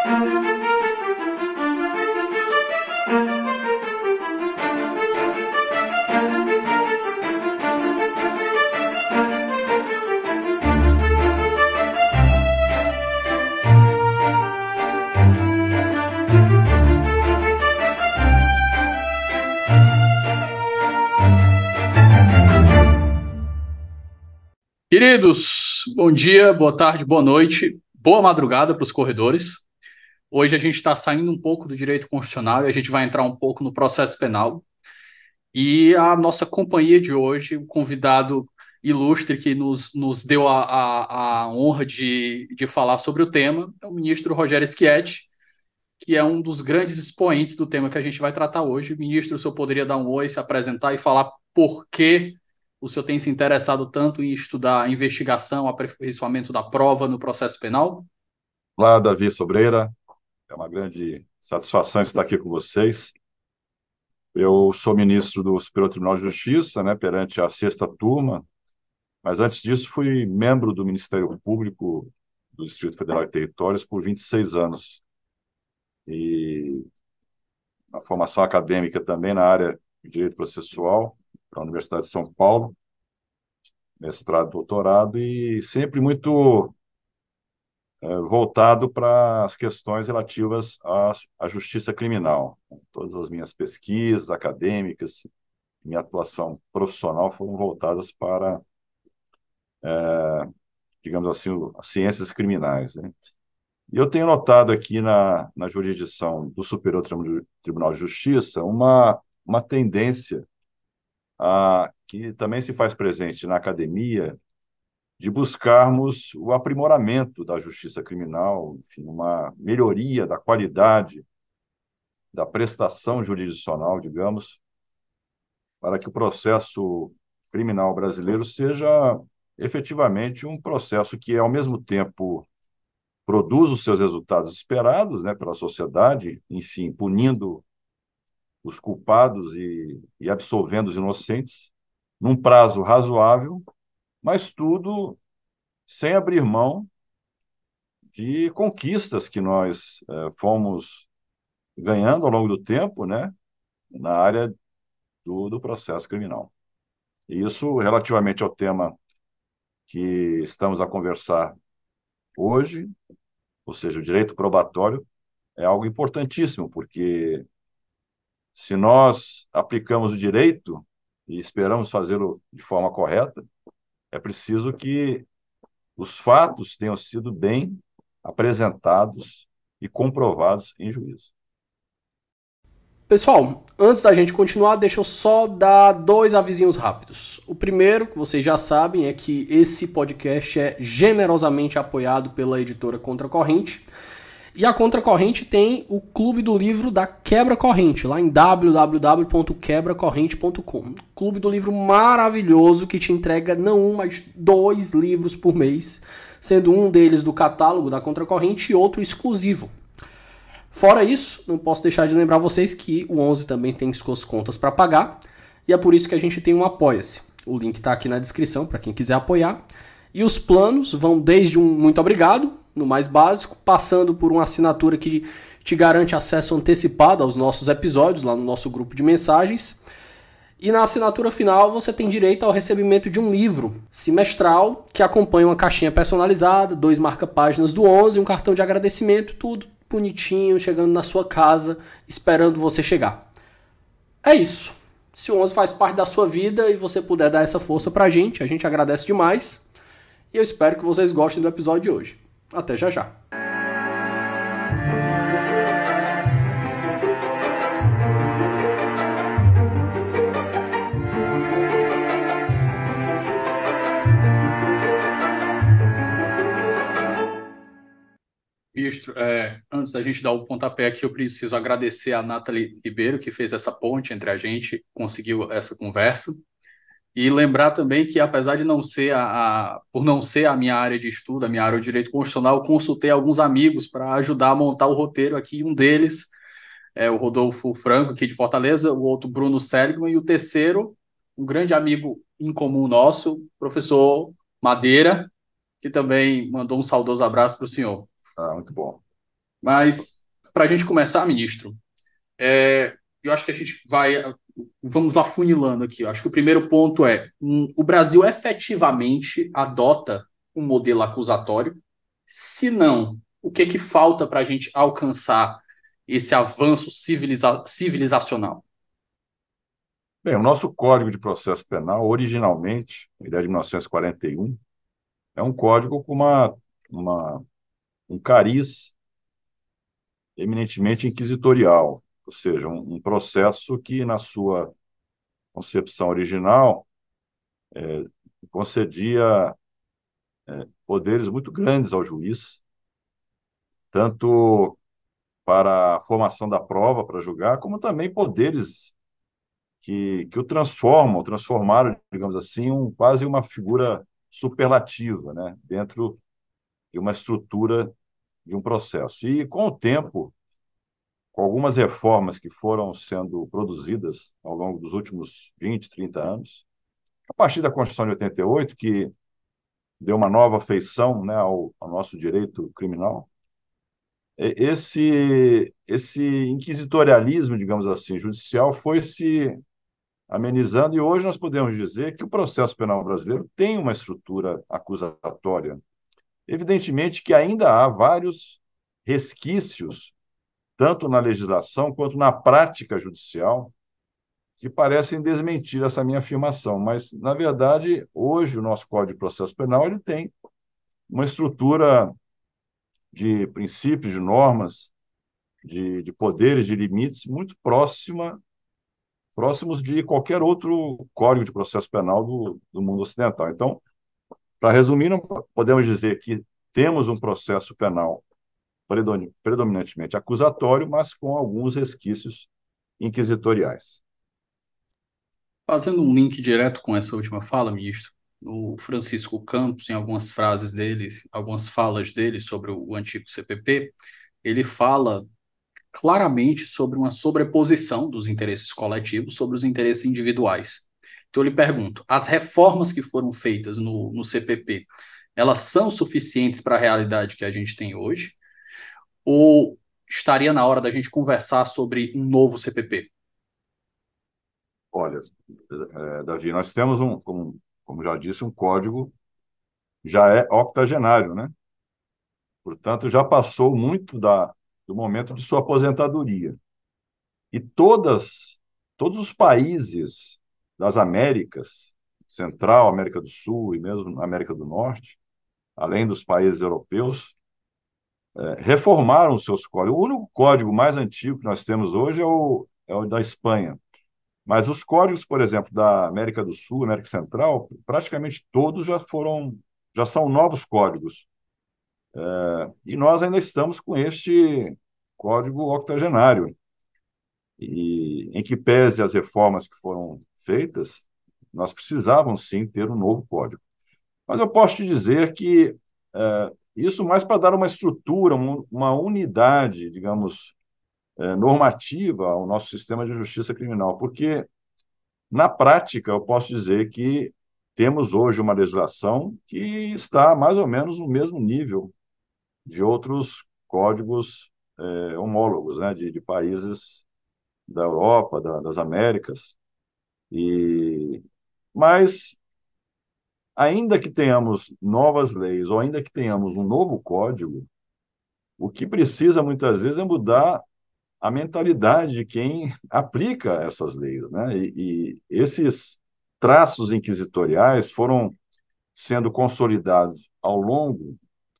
Queridos, bom dia, boa tarde, boa noite, boa madrugada para os corredores. Hoje a gente está saindo um pouco do direito constitucional e a gente vai entrar um pouco no processo penal. E a nossa companhia de hoje, o convidado ilustre que nos deu a honra de falar sobre o tema, é o ministro Rogério Schietti, que é um dos grandes expoentes do tema que a gente vai tratar hoje. Ministro, o senhor poderia dar um oi, se apresentar e falar por que o senhor tem se interessado tanto em estudar a investigação, aperfeiçoamento da prova no processo penal? Olá, Davi Sobreira. É uma grande satisfação estar aqui com vocês. Eu sou ministro do Superior Tribunal de Justiça, né, perante a sexta turma, mas antes disso fui membro do Ministério Público do Distrito Federal e Territórios por 26 anos. E a formação acadêmica também na área de Direito Processual, da Universidade de São Paulo, mestrado, doutorado, e sempre muito voltado para as questões relativas à justiça criminal. Todas as minhas pesquisas acadêmicas, minha atuação profissional foram voltadas para, digamos assim, as ciências criminais, né? E eu tenho notado aqui na jurisdição do Superior Tribunal de Justiça uma tendência que também se faz presente na academia de buscarmos o aprimoramento da justiça criminal, enfim, uma melhoria da qualidade da prestação jurisdicional, digamos, para que o processo criminal brasileiro seja efetivamente um processo que, ao mesmo tempo, produz os seus resultados esperados, né, pela sociedade, enfim, punindo os culpados e absolvendo os inocentes, num prazo razoável, mas tudo sem abrir mão de conquistas que nós fomos ganhando ao longo do tempo, né, na área do processo criminal. E isso, relativamente ao tema que estamos a conversar hoje, ou seja, o direito probatório, é algo importantíssimo, porque se nós aplicamos o direito e esperamos fazê-lo de forma correta, é preciso que os fatos tenham sido bem apresentados e comprovados em juízo. Pessoal, antes da gente continuar, deixa eu só dar dois avisinhos rápidos. O primeiro, que vocês já sabem, é que esse podcast é generosamente apoiado pela editora Contracorrente. E a Contracorrente tem o Clube do Livro da Quebra Corrente, lá em www.quebracorrente.com. Clube do Livro maravilhoso que te entrega não um, mas dois livros por mês, sendo um deles do catálogo da Contracorrente e outro exclusivo. Fora isso, não posso deixar de lembrar vocês que o 11 também tem suas contas para pagar, e é por isso que a gente tem um Apoia-se. O link está aqui na descrição para quem quiser apoiar. E os planos vão desde um muito obrigado, no mais básico, passando por uma assinatura que te garante acesso antecipado aos nossos episódios lá no nosso grupo de mensagens. E na assinatura final você tem direito ao recebimento de um livro semestral que acompanha uma caixinha personalizada, 2 marca-páginas do 11, um cartão de agradecimento, tudo bonitinho, chegando na sua casa, esperando você chegar. É isso. Se o 11 faz parte da sua vida e você puder dar essa força pra gente, a gente agradece demais. E eu espero que vocês gostem do episódio de hoje. Até já já. Ministro, antes da gente dar o pontapé aqui, eu preciso agradecer a Nathalie Ribeiro, que fez essa ponte entre a gente, conseguiu essa conversa. E lembrar também que, apesar de não ser por não ser a minha área de estudo, a minha área de direito constitucional, eu consultei alguns amigos para ajudar a montar o roteiro aqui. Um deles é o Rodolfo Franco, aqui de Fortaleza, o outro Bruno Seligman, e o terceiro, um grande amigo em comum nosso, professor Madeira, que também mandou um saudoso abraço para o senhor. Muito bom. Mas, para a gente começar, ministro, eu acho que a gente vai. Vamos afunilando aqui. Eu acho que o primeiro ponto é: o Brasil efetivamente adota um modelo acusatório? Se não, o que que falta para a gente alcançar esse avanço civilizacional? Bem, o nosso Código de Processo Penal, originalmente, ele é de 1941, é um código com uma, um cariz eminentemente inquisitorial, ou seja, um processo que, na sua concepção original, concedia poderes muito grandes ao juiz, tanto para a formação da prova para julgar, como também poderes que o transformam, transformaram, digamos assim, quase uma figura superlativa, né, dentro de uma estrutura de um processo. E, com o tempo, com algumas reformas que foram sendo produzidas ao longo dos últimos 20, 30 anos, a partir da Constituição de 88, que deu uma nova feição, né, ao nosso direito criminal, esse inquisitorialismo, digamos assim, judicial foi se amenizando, e hoje nós podemos dizer que o processo penal brasileiro tem uma estrutura acusatória. Evidentemente que ainda há vários resquícios, tanto na legislação quanto na prática judicial, que parecem desmentir essa minha afirmação, mas, na verdade, hoje o nosso Código de Processo Penal ele tem uma estrutura de princípios, de normas, de poderes, de limites muito próximos de qualquer outro Código de Processo Penal do mundo ocidental. Então, para resumir, não podemos dizer que temos um processo penal predominantemente acusatório, mas com alguns resquícios inquisitoriais. Fazendo um link direto com essa última fala, ministro, o Francisco Campos, em algumas frases dele, algumas falas dele sobre o antigo CPP, ele fala claramente sobre uma sobreposição dos interesses coletivos sobre os interesses individuais. Então, eu lhe pergunto: as reformas que foram feitas no CPP, elas são suficientes para a realidade que a gente tem hoje? Ou estaria na hora da gente conversar sobre um novo CPP? Olha, Davi, nós temos como já disse, um código já é octogenário, né? Portanto, já passou muito do momento de sua aposentadoria. E todos os países das Américas, Central, América do Sul e mesmo América do Norte, além dos países europeus, reformaram os seus códigos. O único código mais antigo que nós temos hoje é o da Espanha. Mas os códigos, por exemplo, da América do Sul, América Central, praticamente todos já são novos códigos. E nós ainda estamos com este código octogenário. E em que pese as reformas que foram feitas, nós precisávamos sim ter um novo código. Mas eu posso te dizer que isso mais para dar uma estrutura, uma unidade, digamos, normativa ao nosso sistema de justiça criminal, porque na prática eu posso dizer que temos hoje uma legislação que está mais ou menos no mesmo nível de outros códigos homólogos, né, de países da Europa, das Américas. E, mas, ainda que tenhamos novas leis, ou ainda que tenhamos um novo código, o que precisa muitas vezes é mudar a mentalidade de quem aplica essas leis, né? E esses traços inquisitoriais foram sendo consolidados ao longo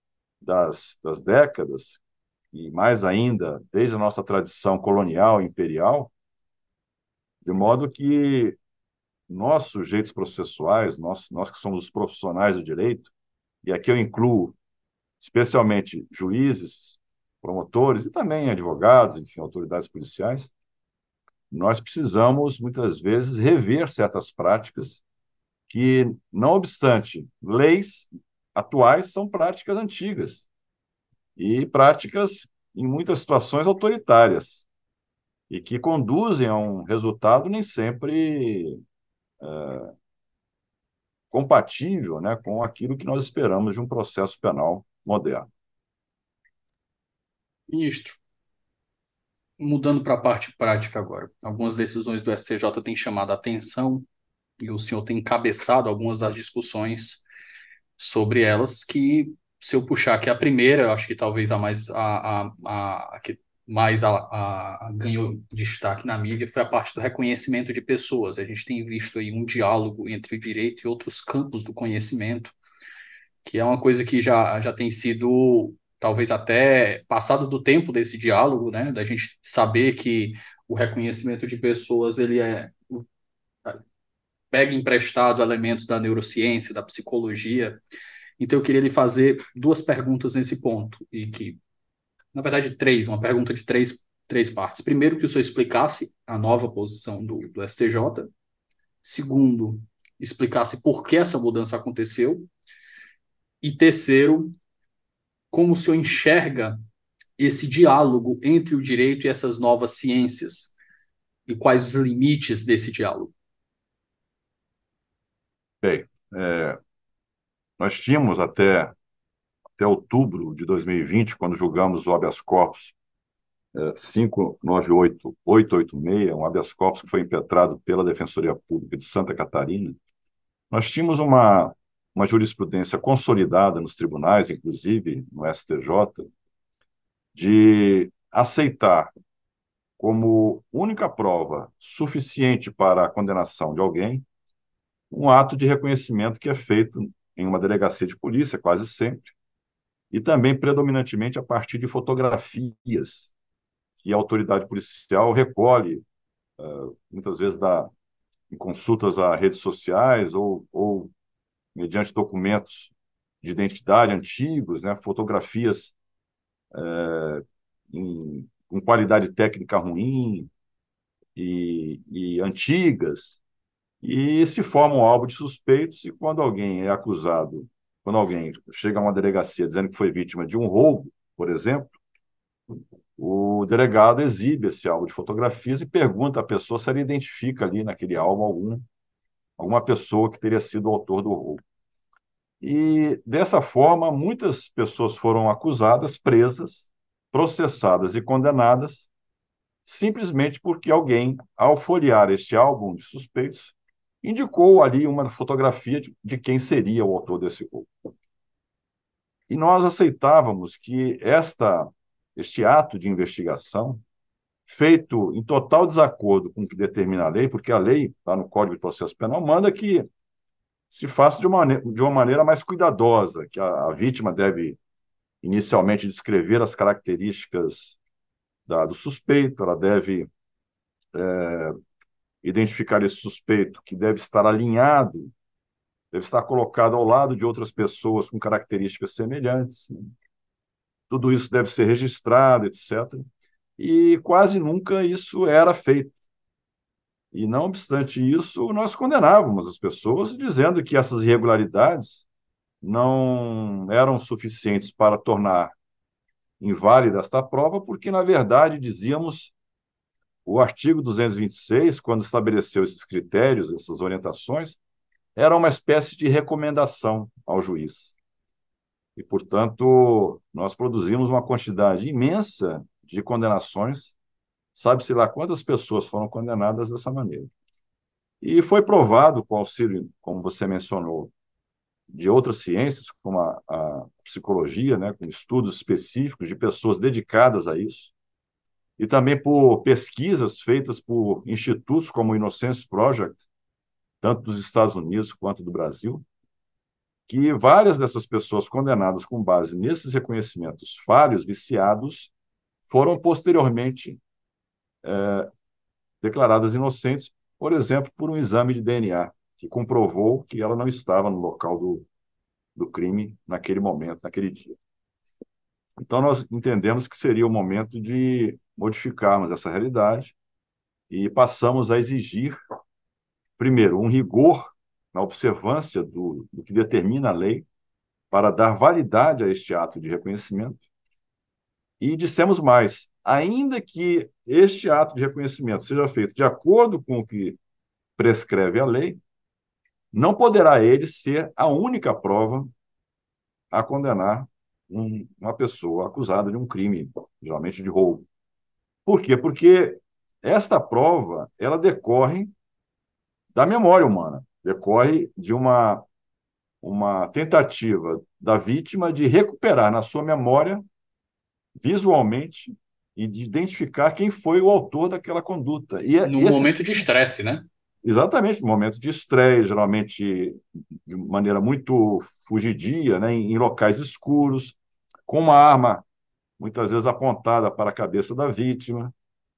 das décadas, e mais ainda desde a nossa tradição colonial e imperial, de modo que nós, sujeitos processuais, nós que somos os profissionais do direito, e aqui eu incluo especialmente juízes, promotores e também advogados, enfim, autoridades policiais, nós precisamos, muitas vezes, rever certas práticas que, não obstante, leis atuais são práticas antigas e práticas, em muitas situações, autoritárias e que conduzem a um resultado nem sempre compatível, né, com aquilo que nós esperamos de um processo penal moderno. Ministro, mudando para a parte prática agora. Algumas decisões do STJ têm chamado a atenção e o senhor tem encabeçado algumas das discussões sobre elas, que se eu puxar aqui a primeira, eu acho que talvez a mais a que mais ganhou destaque na mídia foi a parte do reconhecimento de pessoas. A gente tem visto aí um diálogo entre o direito e outros campos do conhecimento, que é uma coisa que já tem sido talvez até passado do tempo desse diálogo, né? Da gente saber que o reconhecimento de pessoas ele pega emprestado elementos da neurociência, da psicologia. Então eu queria lhe fazer duas perguntas nesse ponto e que, na verdade, três, uma pergunta de três partes. Primeiro, que o senhor explicasse a nova posição do STJ. Segundo, explicasse por que essa mudança aconteceu. E terceiro, como o senhor enxerga esse diálogo entre o direito e essas novas ciências e quais os limites desse diálogo. Bem, nós tínhamos até outubro de 2020, quando julgamos o habeas corpus 598-886, um habeas corpus que foi impetrado pela Defensoria Pública de Santa Catarina, nós tínhamos uma jurisprudência consolidada nos tribunais, inclusive no STJ, de aceitar como única prova suficiente para a condenação de alguém um ato de reconhecimento que é feito em uma delegacia de polícia, quase sempre, e também predominantemente a partir de fotografias que a autoridade policial recolhe, muitas vezes em consultas a redes sociais ou mediante documentos de identidade antigos, né, fotografias com qualidade técnica ruim e antigas, e se formam alvo de suspeitos, e quando alguém é acusado, quando alguém chega a uma delegacia dizendo que foi vítima de um roubo, por exemplo, o delegado exibe esse álbum de fotografias e pergunta à pessoa se ela identifica ali naquele álbum alguma pessoa que teria sido o autor do roubo. E dessa forma, muitas pessoas foram acusadas, presas, processadas e condenadas, simplesmente porque alguém, ao folhear este álbum de suspeitos, indicou ali uma fotografia de quem seria o autor desse roubo. E nós aceitávamos que este ato de investigação, feito em total desacordo com o que determina a lei, porque a lei, lá no Código de Processo Penal, manda que se faça de uma maneira mais cuidadosa, que a vítima deve inicialmente descrever as características do suspeito, ela deve identificar esse suspeito, que deve estar alinhado, deve estar colocado ao lado de outras pessoas com características semelhantes. Né? Tudo isso deve ser registrado, etc. E quase nunca isso era feito. E, não obstante isso, nós condenávamos as pessoas, dizendo que essas irregularidades não eram suficientes para tornar inválida esta prova, porque, na verdade, dizíamos, o artigo 226, quando estabeleceu esses critérios, essas orientações, era uma espécie de recomendação ao juiz. E, portanto, nós produzimos uma quantidade imensa de condenações, sabe-se lá quantas pessoas foram condenadas dessa maneira. E foi provado, com auxílio, como você mencionou, de outras ciências, como a psicologia, né, com estudos específicos de pessoas dedicadas a isso, e também por pesquisas feitas por institutos como o Innocence Project, tanto dos Estados Unidos quanto do Brasil, que várias dessas pessoas condenadas com base nesses reconhecimentos falhos, viciados, foram posteriormente declaradas inocentes, por exemplo, por um exame de DNA, que comprovou que ela não estava no local do crime naquele momento, naquele dia. Então, nós entendemos que seria o momento de modificarmos essa realidade e passamos a exigir, primeiro, um rigor na observância do que determina a lei para dar validade a este ato de reconhecimento. E dissemos mais, ainda que este ato de reconhecimento seja feito de acordo com o que prescreve a lei, não poderá ele ser a única prova a condenar uma pessoa acusada de um crime geralmente de roubo. Por quê? Porque esta prova, ela decorre da memória humana, decorre de uma tentativa da vítima de recuperar na sua memória, visualmente, e de identificar quem foi o autor daquela conduta. E Num esses, momento de estresse, né? exatamente, no momento de estresse, geralmente de maneira muito fugidia, né, em locais escuros, com uma arma muitas vezes apontada para a cabeça da vítima.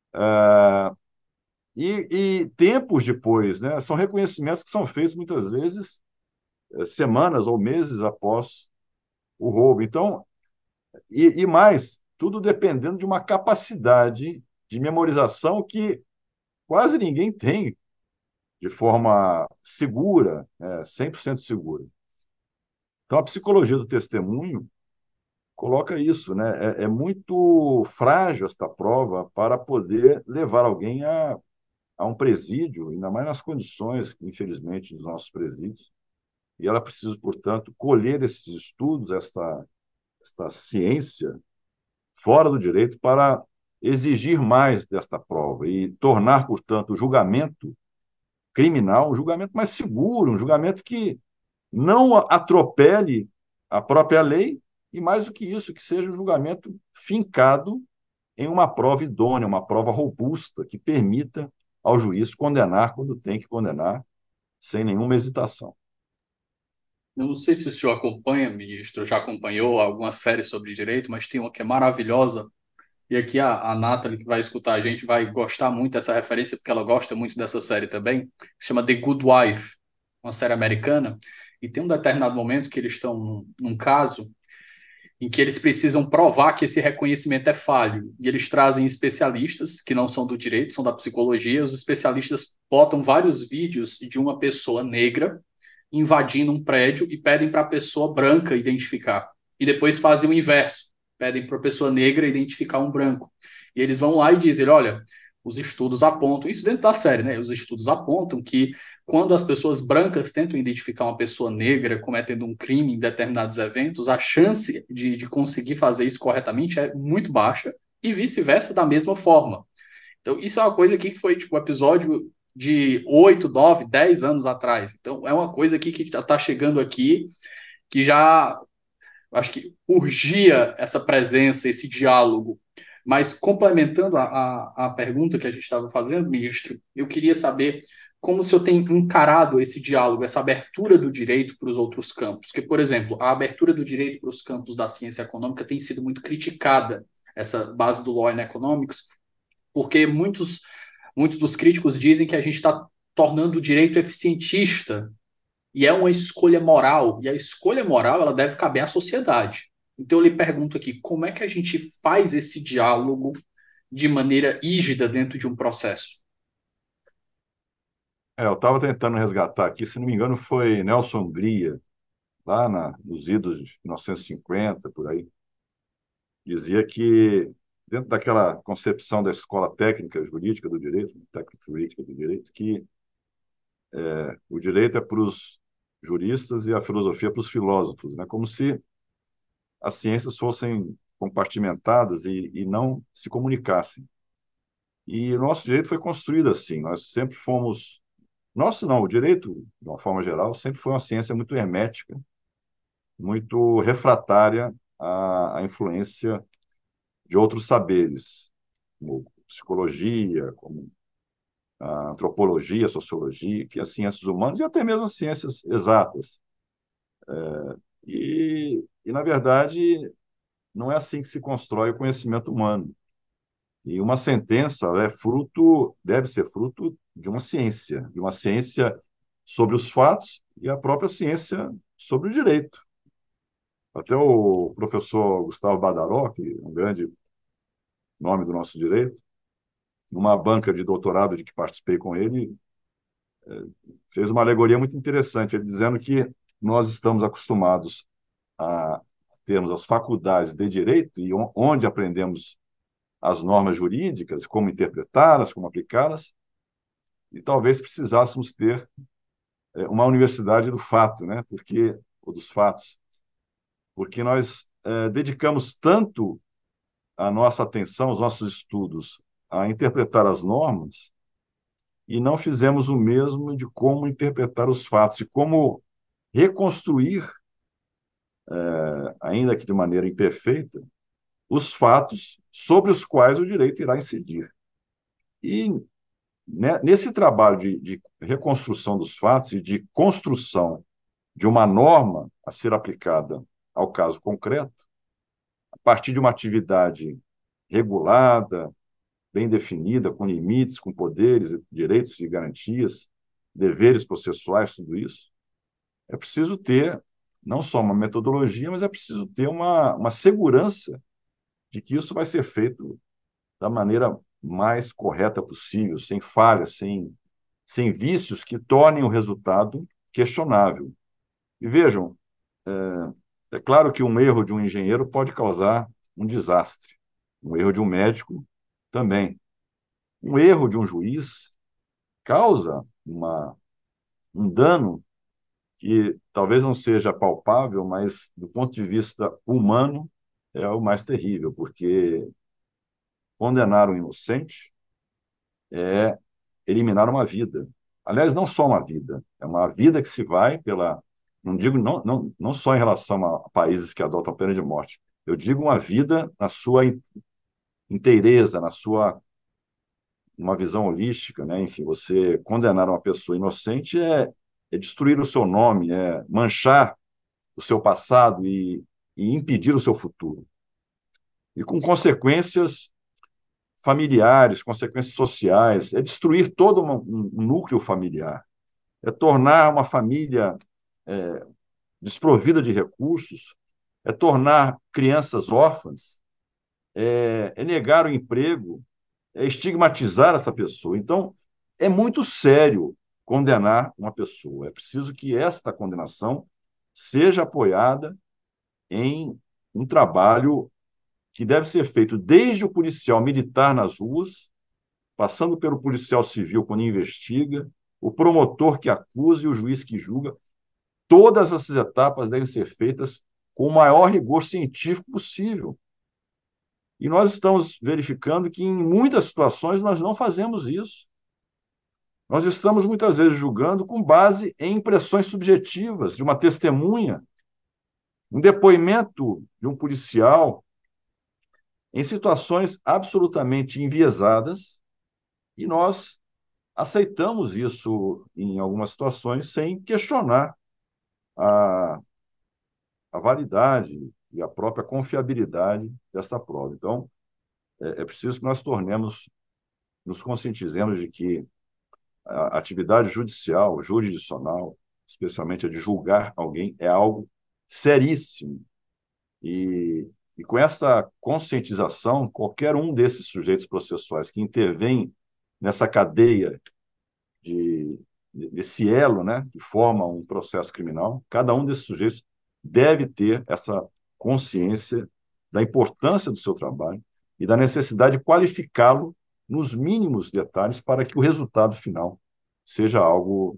E tempos depois, né, são reconhecimentos que são feitos muitas vezes semanas ou meses após o roubo. Então, e mais, tudo dependendo de uma capacidade de memorização que quase ninguém tem de forma segura, 100% segura. Então, a psicologia do testemunho coloca isso, né? É muito frágil esta prova para poder levar alguém a um presídio, ainda mais nas condições, infelizmente, dos nossos presídios. E ela precisa, portanto, colher esses estudos, esta ciência, fora do direito, para exigir mais desta prova e tornar, portanto, o julgamento criminal um julgamento mais seguro, um julgamento que não atropele a própria lei e, mais do que isso, que seja um julgamento fincado em uma prova idônea, uma prova robusta, que permita ao juiz condenar quando tem que condenar, sem nenhuma hesitação. Eu não sei se o senhor acompanha, ministro, já acompanhou alguma série sobre direito, mas tem uma que é maravilhosa. E aqui a Nathalie, que vai escutar a gente, vai gostar muito dessa referência, porque ela gosta muito dessa série também, que se chama The Good Wife, uma série americana. E tem um determinado momento que eles estão num caso em que eles precisam provar que esse reconhecimento é falho. E eles trazem especialistas que não são do direito, são da psicologia. Os especialistas botam vários vídeos de uma pessoa negra invadindo um prédio e pedem para a pessoa branca identificar. E depois fazem o inverso, pedem para a pessoa negra identificar um branco. E eles vão lá e dizem: olha, os estudos apontam, isso dentro da série, né? Os estudos apontam que quando as pessoas brancas tentam identificar uma pessoa negra cometendo um crime em determinados eventos, a chance de conseguir fazer isso corretamente é muito baixa e vice-versa da mesma forma. Então, isso é uma coisa aqui que foi tipo um episódio de 8, 9, 10 anos atrás. Então, é uma coisa aqui que está chegando aqui que já acho que urgia essa presença, esse diálogo. Mas complementando a pergunta que a gente estava fazendo, ministro, eu queria saber como o senhor tem encarado esse diálogo, essa abertura do direito para os outros campos. Porque, por exemplo, a abertura do direito para os campos da ciência econômica tem sido muito criticada, essa base do Law and Economics, porque muitos dos críticos dizem que a gente está tornando o direito eficientista e é uma escolha moral, e a escolha moral ela deve caber à sociedade. Então eu lhe pergunto aqui, como é que a gente faz esse diálogo de maneira rígida dentro de um processo? Eu estava tentando resgatar aqui, se não me engano, foi Nelson Hungria, lá nos idos de 1950, por aí, dizia que, dentro daquela concepção da escola técnica jurídica do direito, técnico jurídica do direito, que o direito é para os juristas e a filosofia para os filósofos, né? Como se as ciências fossem compartimentadas e não se comunicassem. E o nosso direito foi construído assim, nós sempre fomos. Nosso não, o direito, de uma forma geral, sempre foi uma ciência muito hermética, muito refratária à influência de outros saberes, como psicologia, como a antropologia, a sociologia, que as ciências humanas e até mesmo as ciências exatas. Na verdade, não é assim que se constrói o conhecimento humano. E uma sentença deve ser fruto de uma ciência sobre os fatos e a própria ciência sobre o direito. Até o professor Gustavo Badaró, que é um grande nome do nosso direito, numa banca de doutorado de que participei com ele, fez uma alegoria muito interessante, ele dizendo que nós estamos acostumados a termos as faculdades de direito e onde aprendemos as normas jurídicas, como interpretá-las, como aplicá-las, e talvez precisássemos ter uma universidade do fato, né? Ou dos fatos, porque nós dedicamos tanto a nossa atenção, os nossos estudos a interpretar as normas e não fizemos o mesmo de como interpretar os fatos e como reconstruir, ainda que de maneira imperfeita, os fatos sobre os quais o direito irá incidir. E nesse trabalho de reconstrução dos fatos e de construção de uma norma a ser aplicada ao caso concreto, a partir de uma atividade regulada, bem definida, com limites, com poderes, direitos e garantias, deveres processuais, tudo isso, é preciso ter não só uma metodologia, mas é preciso ter uma segurança de que isso vai ser feito da maneira mais correta possível, sem falhas, sem vícios que tornem o resultado questionável. E vejam, é claro que um erro de um engenheiro pode causar um desastre, um erro de um médico também. Um erro de um juiz causa um dano que talvez não seja palpável, mas do ponto de vista humano é o mais terrível, porque condenar um inocente é eliminar uma vida. Aliás, não só uma vida, é uma vida que se vai pela. Não digo não só em relação a países que adotam a pena de morte, eu digo uma vida na sua inteireza, na sua uma visão holística, né? Enfim, você condenar uma pessoa inocente é destruir o seu nome, é manchar o seu passado e impedir o seu futuro. E com consequências familiares, consequências sociais, é destruir todo um núcleo familiar, é tornar uma família desprovida de recursos, é tornar crianças órfãs, é negar o emprego, é estigmatizar essa pessoa. Então, é muito sério condenar uma pessoa. É preciso que esta condenação seja apoiada em um trabalho que deve ser feito desde o policial militar nas ruas, passando pelo policial civil quando investiga, o promotor que acusa e o juiz que julga. Todas essas etapas devem ser feitas com o maior rigor científico possível. E nós estamos verificando que, em muitas situações, nós não fazemos isso. Nós estamos, muitas vezes, julgando com base em impressões subjetivas de uma testemunha, um depoimento de um policial, em situações absolutamente enviesadas, e nós aceitamos isso em algumas situações sem questionar a, a validade e a própria confiabilidade dessa prova. Então, é preciso que nós nos conscientizemos de que a atividade judicial, jurisdicional, especialmente a de julgar alguém, é algo seríssimo. E, e com essa conscientização, qualquer um desses sujeitos processuais que intervém nessa cadeia de, desse elo, né, que forma um processo criminal, cada um desses sujeitos deve ter essa consciência da importância do seu trabalho e da necessidade de qualificá-lo nos mínimos detalhes para que o resultado final seja algo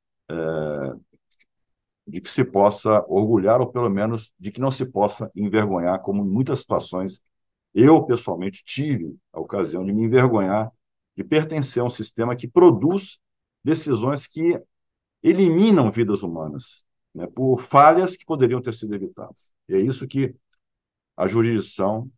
de que se possa orgulhar, ou pelo menos de que não se possa envergonhar, como em muitas situações eu, pessoalmente, tive a ocasião de me envergonhar de pertencer a um sistema que produz decisões que eliminam vidas humanas, né, por falhas que poderiam ter sido evitadas. E é isso que a jurisdição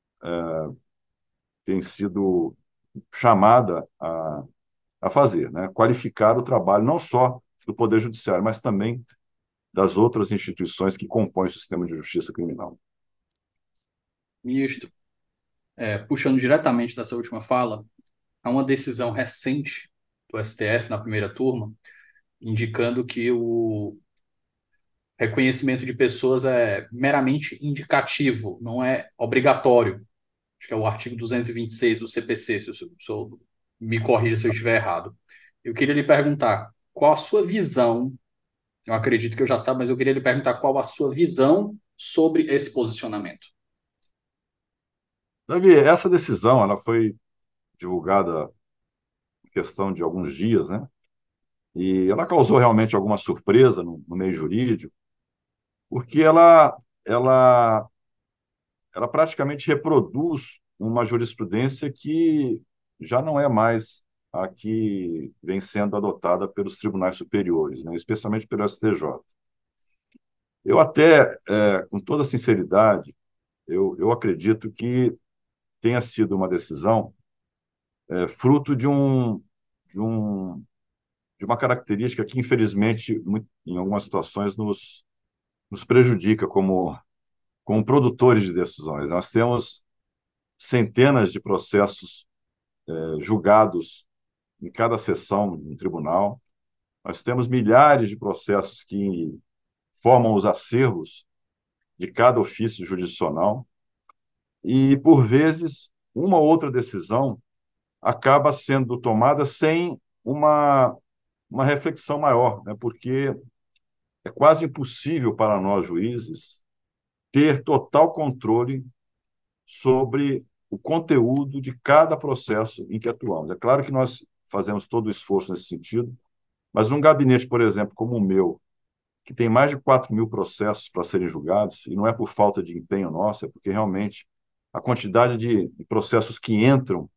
tem sido chamada a fazer, né? Qualificar o trabalho não só do Poder Judiciário, mas também das outras instituições que compõem o sistema de justiça criminal. Ministro, puxando diretamente dessa última fala, há uma decisão recente do STF na primeira turma indicando que o reconhecimento de pessoas é meramente indicativo, não é obrigatório. Acho que é o artigo 226 do CPC, se eu me corrija se eu estiver errado. Eu queria lhe perguntar qual a sua visão, eu acredito que eu já saiba, mas eu queria lhe perguntar qual a sua visão sobre esse posicionamento. Davi, essa decisão ela foi divulgada em questão de alguns dias, né? E ela causou realmente alguma surpresa no meio jurídico, porque ela ela praticamente reproduz uma jurisprudência que já não é mais a que vem sendo adotada pelos tribunais superiores, né, especialmente pelo STJ. Eu até, com toda sinceridade, eu acredito que tenha sido uma decisão fruto de, um, de uma característica que, infelizmente, em algumas situações, nos prejudica como produtores de decisões. Nós temos centenas de processos julgados em cada sessão de um tribunal. Nós temos milhares de processos que formam os acervos de cada ofício jurisdicional e, por vezes, uma ou outra decisão acaba sendo tomada sem uma reflexão maior, né? Porque é quase impossível para nós, juízes, ter total controle sobre o conteúdo de cada processo em que atuamos. É claro que nós fazemos todo o esforço nesse sentido, mas num gabinete, por exemplo, como o meu, que tem mais de 4.000 processos para serem julgados, e não é por falta de empenho nosso, é porque realmente a quantidade de processos que entram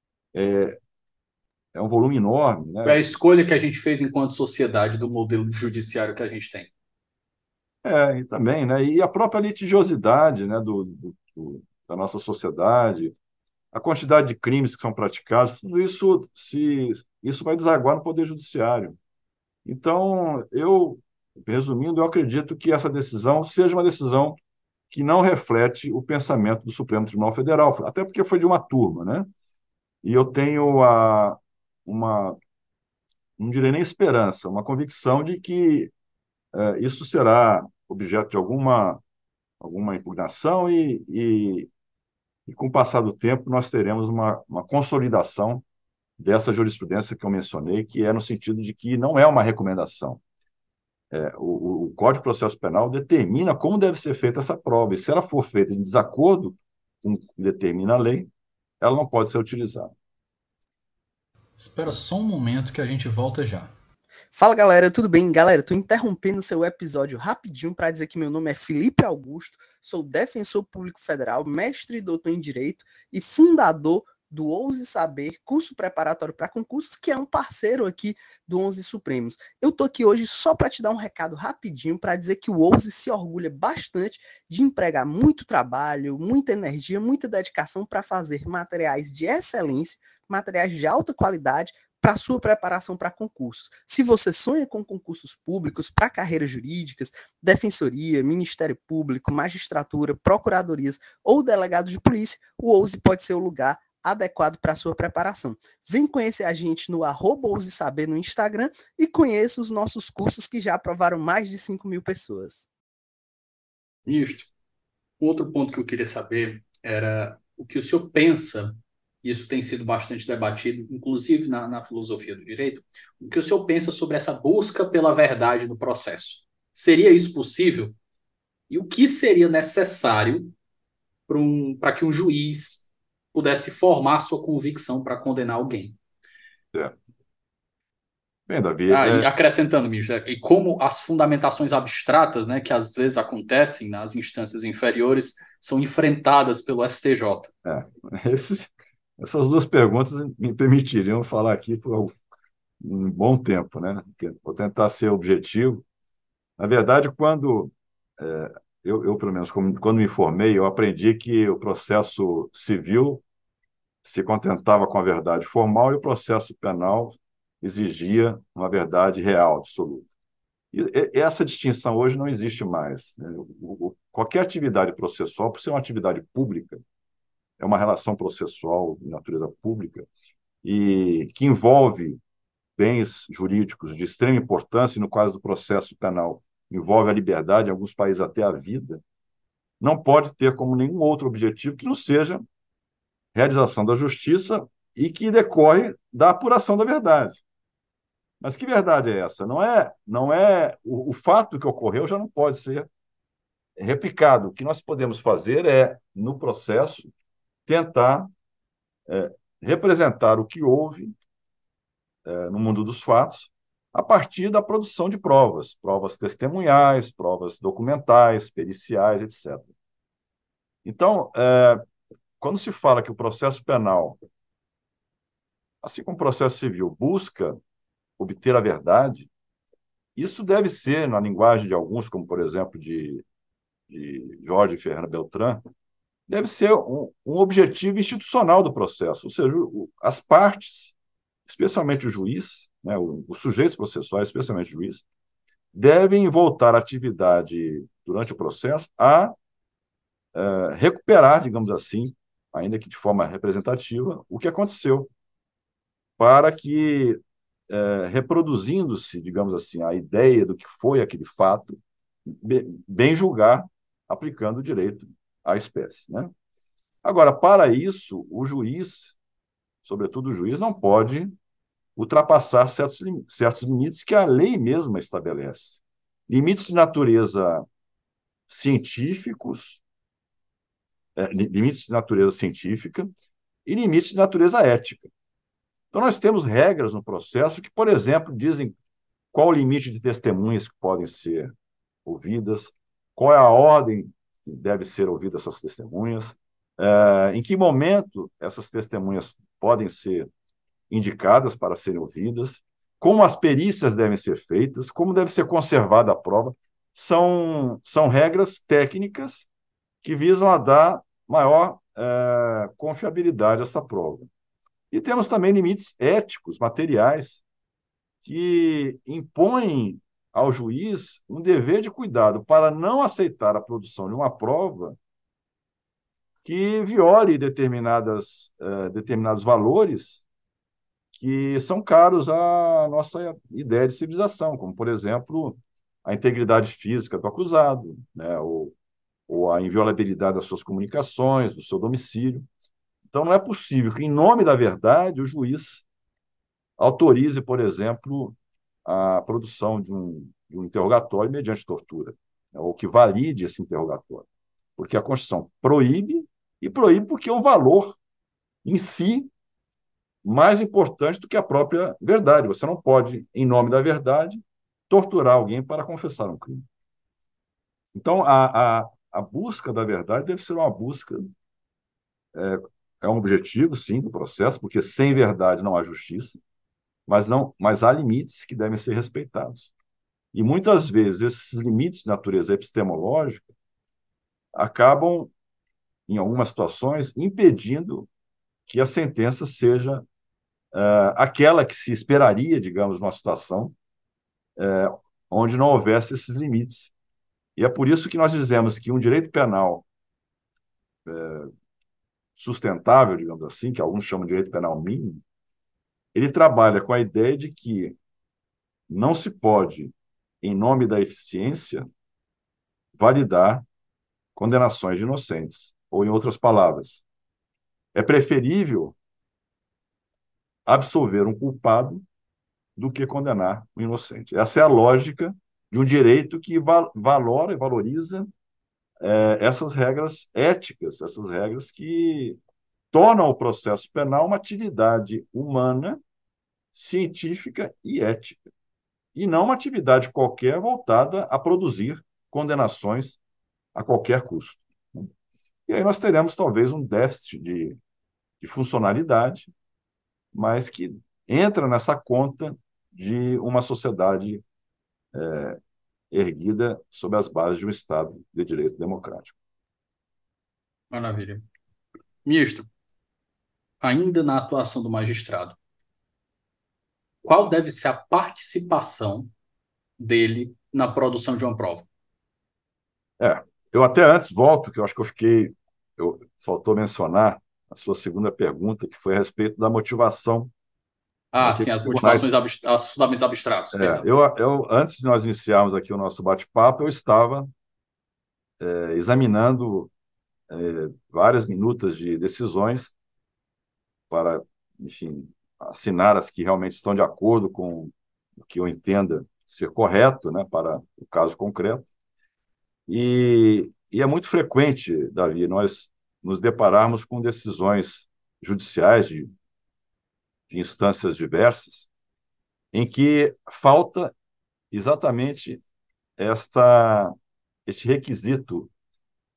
é um volume enorme, Foi né? a escolha que a gente fez enquanto sociedade do modelo judiciário que a gente tem. E também, né? E a própria litigiosidade, né, da nossa sociedade, a quantidade de crimes que são praticados, tudo isso isso vai desaguar no Poder Judiciário. Então, resumindo, eu acredito que essa decisão seja uma decisão que não reflete o pensamento do Supremo Tribunal Federal, até porque foi de uma turma, né? E eu tenho uma, não direi nem esperança, uma convicção de que isso será objeto de alguma impugnação e, com o passar do tempo, nós teremos uma consolidação dessa jurisprudência que eu mencionei, que é no sentido de que não é uma recomendação. O Código de Processo Penal determina como deve ser feita essa prova, e se ela for feita em desacordo com o que determina a lei, ela não pode ser utilizada. Espera só um momento que a gente volta já. Fala galera, tudo bem? Galera, tô interrompendo o seu episódio rapidinho para dizer que meu nome é Felipe Augusto, sou defensor público federal, mestre e doutor em Direito e fundador do Ouse Saber, curso preparatório para concursos, que é um parceiro aqui do 11 Supremos. Eu tô aqui hoje só para te dar um recado rapidinho para dizer que o Ouse se orgulha bastante de empregar muito trabalho, muita energia, muita dedicação para fazer materiais de excelência, materiais de alta qualidade para sua preparação para concursos. Se você sonha com concursos públicos para carreiras jurídicas, defensoria, Ministério Público, magistratura, procuradorias ou delegado de polícia, o Ouse pode ser o lugar adequado para sua preparação. Vem conhecer a gente no @ousesaber no Instagram e conheça os nossos cursos que já aprovaram mais de 5.000 pessoas. Isto. Outro ponto que eu queria saber era o que o senhor pensa, isso tem sido bastante debatido, inclusive na filosofia do direito, o que o senhor pensa sobre essa busca pela verdade no processo? Seria isso possível? E o que seria necessário para que um juiz pudesse formar sua convicção para condenar alguém? É. Bem, Davi, Ah, e acrescentando, Micho, e como as fundamentações abstratas, né, que às vezes acontecem nas instâncias inferiores, são enfrentadas pelo STJ. é, essas duas perguntas me permitiriam falar aqui por um bom tempo, né? Vou tentar ser objetivo. Na verdade, pelo menos, quando me formei, eu aprendi que o processo civil se contentava com a verdade formal e o processo penal exigia uma verdade real, absoluta. E essa distinção hoje não existe mais, né? Qualquer atividade processual, por ser uma atividade pública, é uma relação processual de natureza pública e que envolve bens jurídicos de extrema importância, e no caso do processo penal, envolve a liberdade, em alguns países até a vida, não pode ter como nenhum outro objetivo que não seja realização da justiça e que decorre da apuração da verdade. Mas que verdade é essa? Não é o fato que ocorreu já não pode ser replicado. O que nós podemos fazer é, no processo, tentar representar o que houve no mundo dos fatos a partir da produção de provas, provas testemunhais, provas documentais, periciais, etc. Então, quando se fala que o processo penal, assim como o processo civil, busca obter a verdade, isso deve ser, na linguagem de alguns, como por exemplo de Jorge Ferreira Beltrán, deve ser um objetivo institucional do processo, ou seja, as partes, especialmente o juiz, né, os sujeitos processuais, especialmente o juiz, devem voltar à atividade durante o processo a recuperar, digamos assim, ainda que de forma representativa, o que aconteceu, para que, reproduzindo-se, digamos assim, a ideia do que foi aquele fato, bem julgar, aplicando o direito à espécie, né? Agora, para isso, o juiz, sobretudo o juiz, não pode ultrapassar certos limites que a lei mesma estabelece. Limites de natureza científicos, limites de natureza científica e limites de natureza ética. Então, nós temos regras no processo que, por exemplo, dizem qual o limite de testemunhas que podem ser ouvidas, qual é a ordem que deve ser ouvida essas testemunhas, em que momento essas testemunhas podem ser indicadas para serem ouvidas, como as perícias devem ser feitas, como deve ser conservada a prova. São regras técnicas que visam a dar maior confiabilidade a essa prova. E temos também limites éticos, materiais, que impõem ao juiz um dever de cuidado para não aceitar a produção de uma prova que viole determinados valores que são caros à nossa ideia de civilização, como, por exemplo, a integridade física do acusado, né, ou a inviolabilidade das suas comunicações, do seu domicílio. Então, não é possível que, em nome da verdade, o juiz autorize, por exemplo, a produção de um interrogatório mediante tortura, né, ou que valide esse interrogatório. Porque a Constituição proíbe, e proíbe porque é um valor em si mais importante do que a própria verdade. Você não pode, em nome da verdade, torturar alguém para confessar um crime. Então, a busca da verdade deve ser uma busca, é um objetivo, sim, do processo, porque sem verdade não há justiça, mas há limites que devem ser respeitados. E muitas vezes esses limites de natureza epistemológica acabam, em algumas situações, impedindo que a sentença seja aquela que se esperaria, digamos, numa situação onde não houvesse esses limites. E é por isso que nós dizemos que um direito penal sustentável, digamos assim, que alguns chamam de direito penal mínimo, ele trabalha com a ideia de que não se pode, em nome da eficiência, validar condenações de inocentes. Ou, em outras palavras, é preferível absolver um culpado do que condenar um inocente. Essa é a lógica de um direito que valora e valoriza essas regras éticas, essas regras que tornam o processo penal uma atividade humana, científica e ética, e não uma atividade qualquer voltada a produzir condenações a qualquer custo. E aí nós teremos talvez um déficit de funcionalidade, mas que entra nessa conta de uma sociedade erguida sob as bases de um Estado de direito democrático. Maravilha. Ministro, ainda na atuação do magistrado, qual deve ser a participação dele na produção de uma prova? Eu até antes volto, que eu acho que faltou mencionar a sua segunda pergunta, que foi a respeito da motivação Ah, que sim, os as tribunais. motivações, os fundamentos abstratos, perdão. Antes de nós iniciarmos aqui o nosso bate-papo, eu estava examinando várias minutas de decisões para, enfim, assinar as que realmente estão de acordo com o que eu entenda ser correto, né, para o caso concreto. E é muito frequente, Davi, nós nos depararmos com decisões judiciais de instâncias diversas, em que falta exatamente este requisito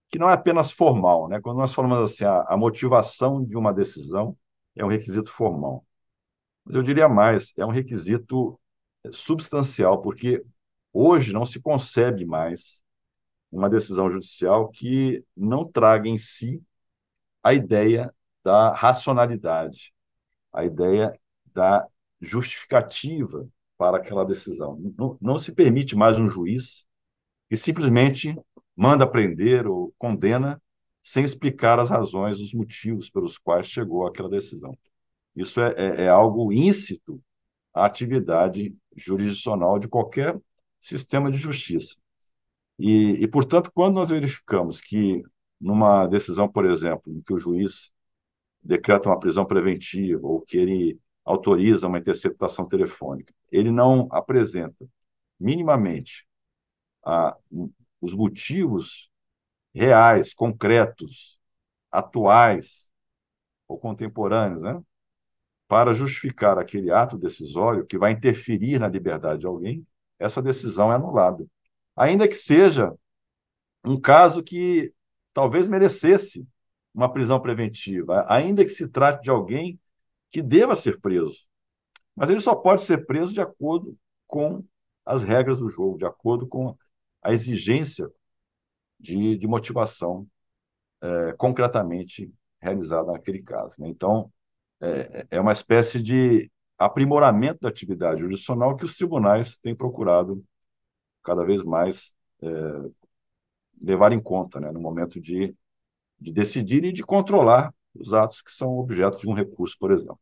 que não é apenas formal, né? Quando nós falamos assim, a motivação de uma decisão é um requisito formal. Mas eu diria mais, é um requisito substancial, porque hoje não se concebe mais uma decisão judicial que não traga em si a ideia da racionalidade, a ideia da justificativa para aquela decisão. Não se permite mais um juiz que simplesmente manda prender ou condena sem explicar as razões, os motivos pelos quais chegou àquela decisão. Isso é algo íncito à atividade jurisdicional de qualquer sistema de justiça. Portanto, quando nós verificamos que numa decisão, por exemplo, em que o juiz decreta uma prisão preventiva ou que ele autoriza uma interceptação telefônica, ele não apresenta minimamente a, os motivos reais, concretos, atuais ou contemporâneos, né, para justificar aquele ato decisório que vai interferir na liberdade de alguém, essa decisão é anulada. Ainda que seja um caso que talvez merecesse uma prisão preventiva, ainda que se trate de alguém que deva ser preso. Mas ele só pode ser preso de acordo com as regras do jogo, de acordo com a exigência de motivação concretamente realizada naquele caso, né? Então, é uma espécie de aprimoramento da atividade jurisdicional que os tribunais têm procurado cada vez mais levar em conta, né, no momento de decidir e de controlar os atos que são objeto de um recurso, por exemplo.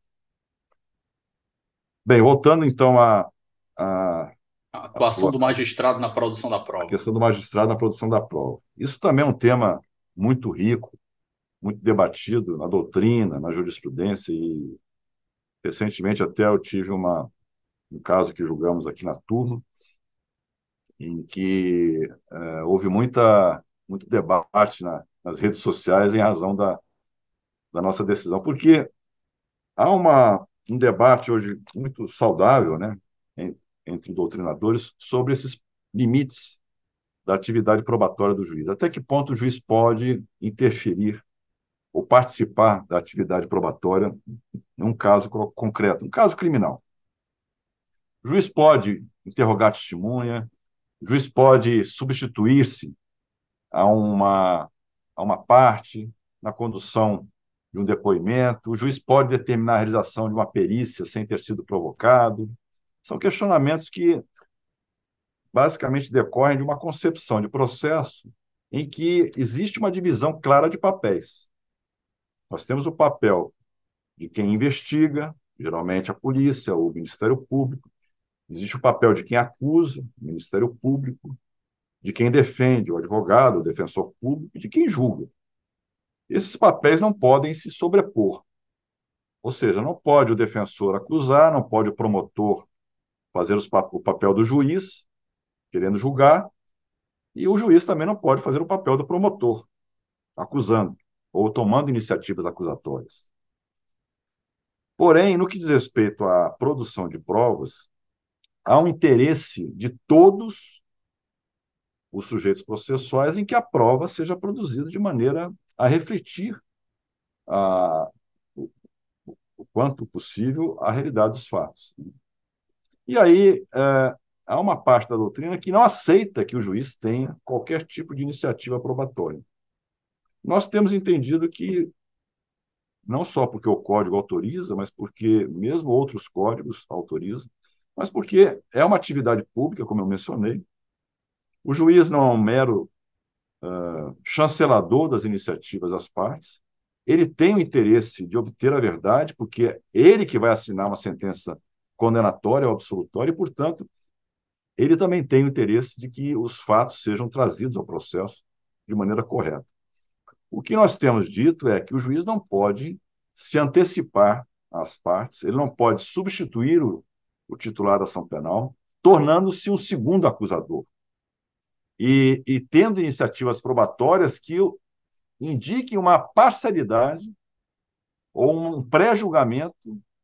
Bem, voltando então a, A a atuação sua do magistrado na produção da a prova. questão do magistrado na produção da prova. Isso também é um tema muito rico, muito debatido na doutrina, na jurisprudência, e recentemente até eu tive um caso que julgamos aqui na turma, em que houve muito debate nas redes sociais em razão da nossa decisão, porque há um debate hoje muito saudável, né, entre doutrinadores sobre esses limites da atividade probatória do juiz. Até que ponto o juiz pode interferir ou participar da atividade probatória em um caso concreto, um caso criminal. O juiz pode interrogar a testemunha, o juiz pode substituir-se a uma parte na condução de um depoimento, o juiz pode determinar a realização de uma perícia sem ter sido provocado. São questionamentos que basicamente decorrem de uma concepção de processo em que existe uma divisão clara de papéis. Nós temos o papel de quem investiga, geralmente a polícia, o Ministério Público. Existe o papel de quem acusa, o Ministério Público, de quem defende, o advogado, o defensor público, e de quem julga. Esses papéis não podem se sobrepor. Ou seja, não pode o defensor acusar, não pode o promotor fazer o papel do juiz, querendo julgar, e o juiz também não pode fazer o papel do promotor, acusando ou tomando iniciativas acusatórias. Porém, no que diz respeito à produção de provas, há um interesse de todos os sujeitos processuais em que a prova seja produzida de maneira a refletir a, o quanto possível a realidade dos fatos. E aí há uma parte da doutrina que não aceita que o juiz tenha qualquer tipo de iniciativa probatória. Nós temos entendido que não só porque o código autoriza, mas porque mesmo outros códigos autorizam, mas porque é uma atividade pública, como eu mencionei. O juiz não é um mero chancelador das iniciativas das partes, ele tem o interesse de obter a verdade, porque é ele que vai assinar uma sentença condenatória ou absolutória, e, portanto, ele também tem o interesse de que os fatos sejam trazidos ao processo de maneira correta. O que nós temos dito é que o juiz não pode se antecipar às partes, ele não pode substituir o titular da ação penal, tornando-se um segundo acusador. E tendo iniciativas probatórias que indiquem uma parcialidade ou um pré-julgamento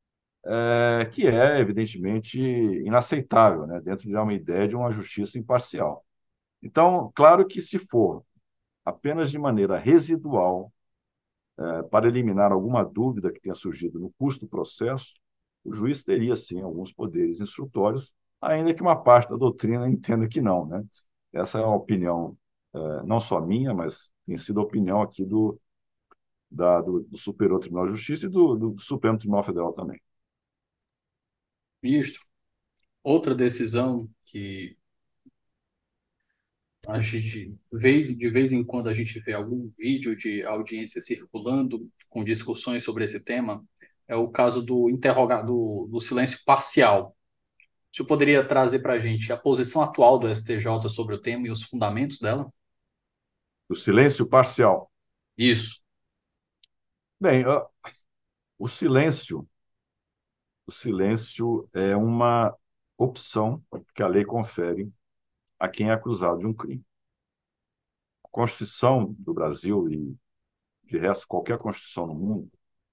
que é, evidentemente, inaceitável, né, dentro de uma ideia de uma justiça imparcial. Então, claro que se for apenas de maneira residual, para eliminar alguma dúvida que tenha surgido no curso do processo, o juiz teria, sim, alguns poderes instrutórios, ainda que uma parte da doutrina entenda que não, né? Essa é uma opinião, não só minha, mas tem sido a opinião aqui do Superior Tribunal de Justiça e do Supremo Tribunal Federal também. Ministro, outra decisão que a gente, de vez em quando, a gente vê algum vídeo de audiência circulando com discussões sobre esse tema, é o caso do do silêncio parcial. O senhor poderia trazer para a gente a posição atual do STJ sobre o tema e os fundamentos dela? O silêncio parcial. Isso. Bem, o silêncio, o silêncio é uma opção que a lei confere a quem é acusado de um crime. A Constituição do Brasil e, de resto, qualquer Constituição no mundo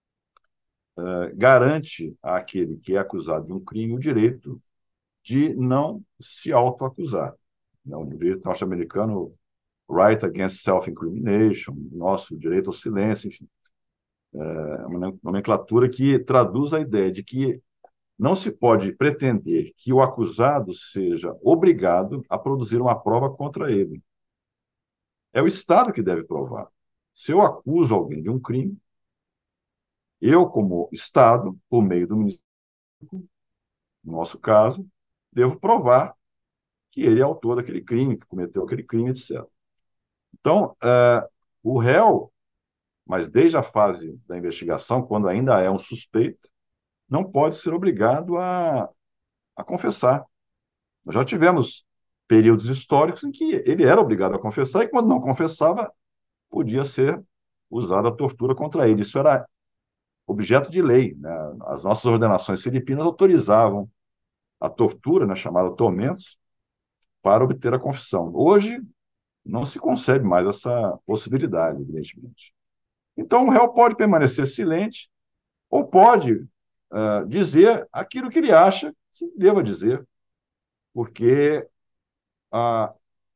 garante àquele que é acusado de um crime o direito de não se autoacusar. O direito norte-americano, right against self-incrimination, nosso direito ao silêncio, enfim. É uma nomenclatura que traduz a ideia de que não se pode pretender que o acusado seja obrigado a produzir uma prova contra ele. É o Estado que deve provar. Se eu acuso alguém de um crime, eu, como Estado, por meio do Ministério, no nosso caso, devo provar que ele é autor daquele crime, que cometeu aquele crime, etc. Então, o réu, mas desde a fase da investigação, quando ainda é um suspeito, não pode ser obrigado a confessar. Nós já tivemos períodos históricos em que ele era obrigado a confessar e, quando não confessava, podia ser usada a tortura contra ele. Isso era objeto de lei, né? As nossas ordenações filipinas autorizavam a tortura, né, chamada tormentos, para obter a confissão. Hoje, não se concebe mais essa possibilidade, evidentemente. Então, o réu pode permanecer silente ou pode dizer aquilo que ele acha que deva dizer, porque uh,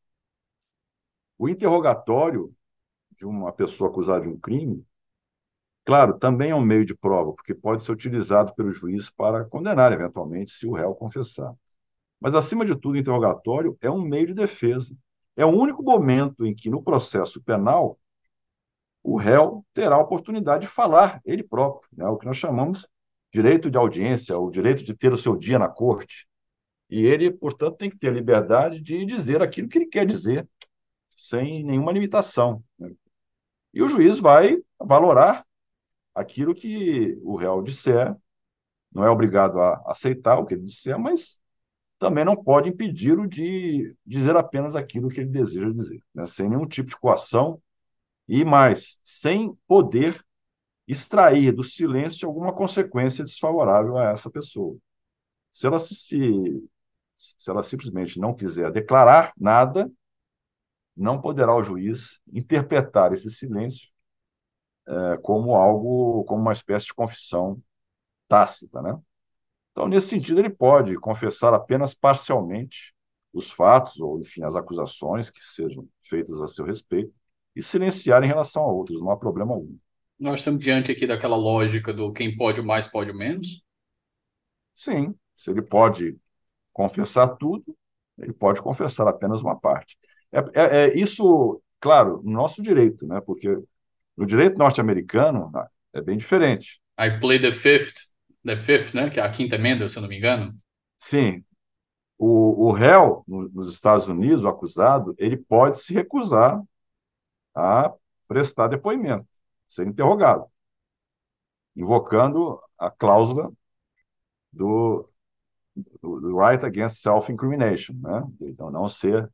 o interrogatório de uma pessoa acusada de um crime, claro, também é um meio de prova, porque pode ser utilizado pelo juiz para condenar, eventualmente, se o réu confessar. Mas, acima de tudo, o interrogatório é um meio de defesa. É o único momento em que, no processo penal, o réu terá a oportunidade de falar ele próprio, né? O que nós chamamos direito de audiência, o direito de ter o seu dia na corte. E ele, portanto, tem que ter a liberdade de dizer aquilo que ele quer dizer, sem nenhuma limitação, né? E o juiz vai valorar aquilo que o réu disser, não é obrigado a aceitar o que ele disser, mas também não pode impedi-lo de dizer apenas aquilo que ele deseja dizer, né? Sem nenhum tipo de coação e mais, sem poder extrair do silêncio alguma consequência desfavorável a essa pessoa. Se ela, se ela simplesmente não quiser declarar nada, não poderá o juiz interpretar esse silêncio como algo, como uma espécie de confissão tácita, né? Então, nesse sentido, ele pode confessar apenas parcialmente os fatos ou, enfim, as acusações que sejam feitas a seu respeito e silenciar em relação a outros, não há problema algum. Nós estamos diante aqui daquela lógica do quem pode o mais, pode o menos. Sim, se ele pode confessar tudo, ele pode confessar apenas uma parte. É isso, claro, no nosso direito, né? Porque no direito norte-americano é bem diferente. I play the fifth, né? Que é a quinta emenda, se eu não me engano. Sim, o réu nos Estados Unidos, o acusado, ele pode se recusar a prestar depoimento, ser interrogado, invocando a cláusula do, do right against self-incrimination, né? Então, não ser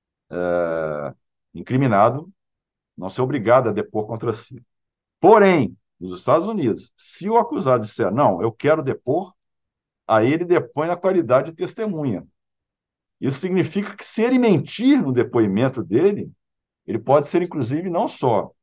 incriminado, não ser obrigado a depor contra si. Porém, nos Estados Unidos, se o acusado disser, não, eu quero depor, aí ele depõe na qualidade de testemunha. Isso significa que, se ele mentir no depoimento dele, ele pode ser, inclusive, não só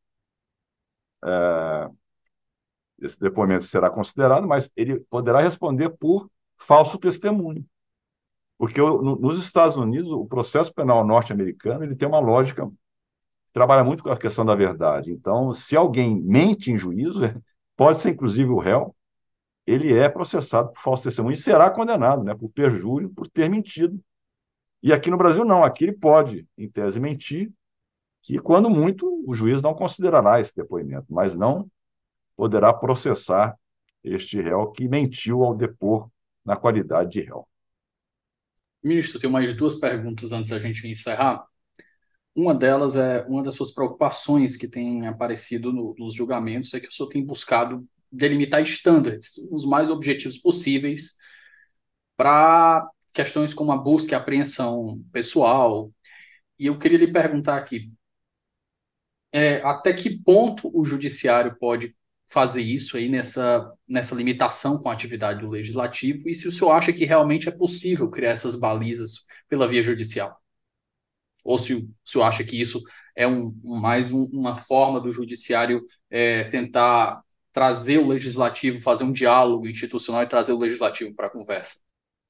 esse depoimento será considerado, mas ele poderá responder por falso testemunho. Porque nos Estados Unidos, o processo penal norte-americano ele tem uma lógica trabalha muito com a questão da verdade. Então, se alguém mente em juízo, pode ser inclusive o réu, ele é processado por falso testemunho e será condenado, né, por perjúrio, por ter mentido. E aqui no Brasil, não. Aqui ele pode, em tese, mentir, que, quando muito, o juiz não considerará esse depoimento, mas não poderá processar este réu que mentiu ao depor na qualidade de réu. Ministro, eu tenho mais duas perguntas antes da gente encerrar. Uma delas é uma das suas preocupações que tem aparecido nos julgamentos, é que o senhor tem buscado delimitar estándares, os mais objetivos possíveis, para questões como a busca e apreensão pessoal. E eu queria lhe perguntar aqui, até que ponto o judiciário pode fazer isso aí nessa limitação com a atividade do legislativo, e se o senhor acha que realmente é possível criar essas balizas pela via judicial? Ou se o senhor acha que isso é uma forma do judiciário tentar trazer o legislativo, fazer um diálogo institucional e trazer o legislativo para a conversa?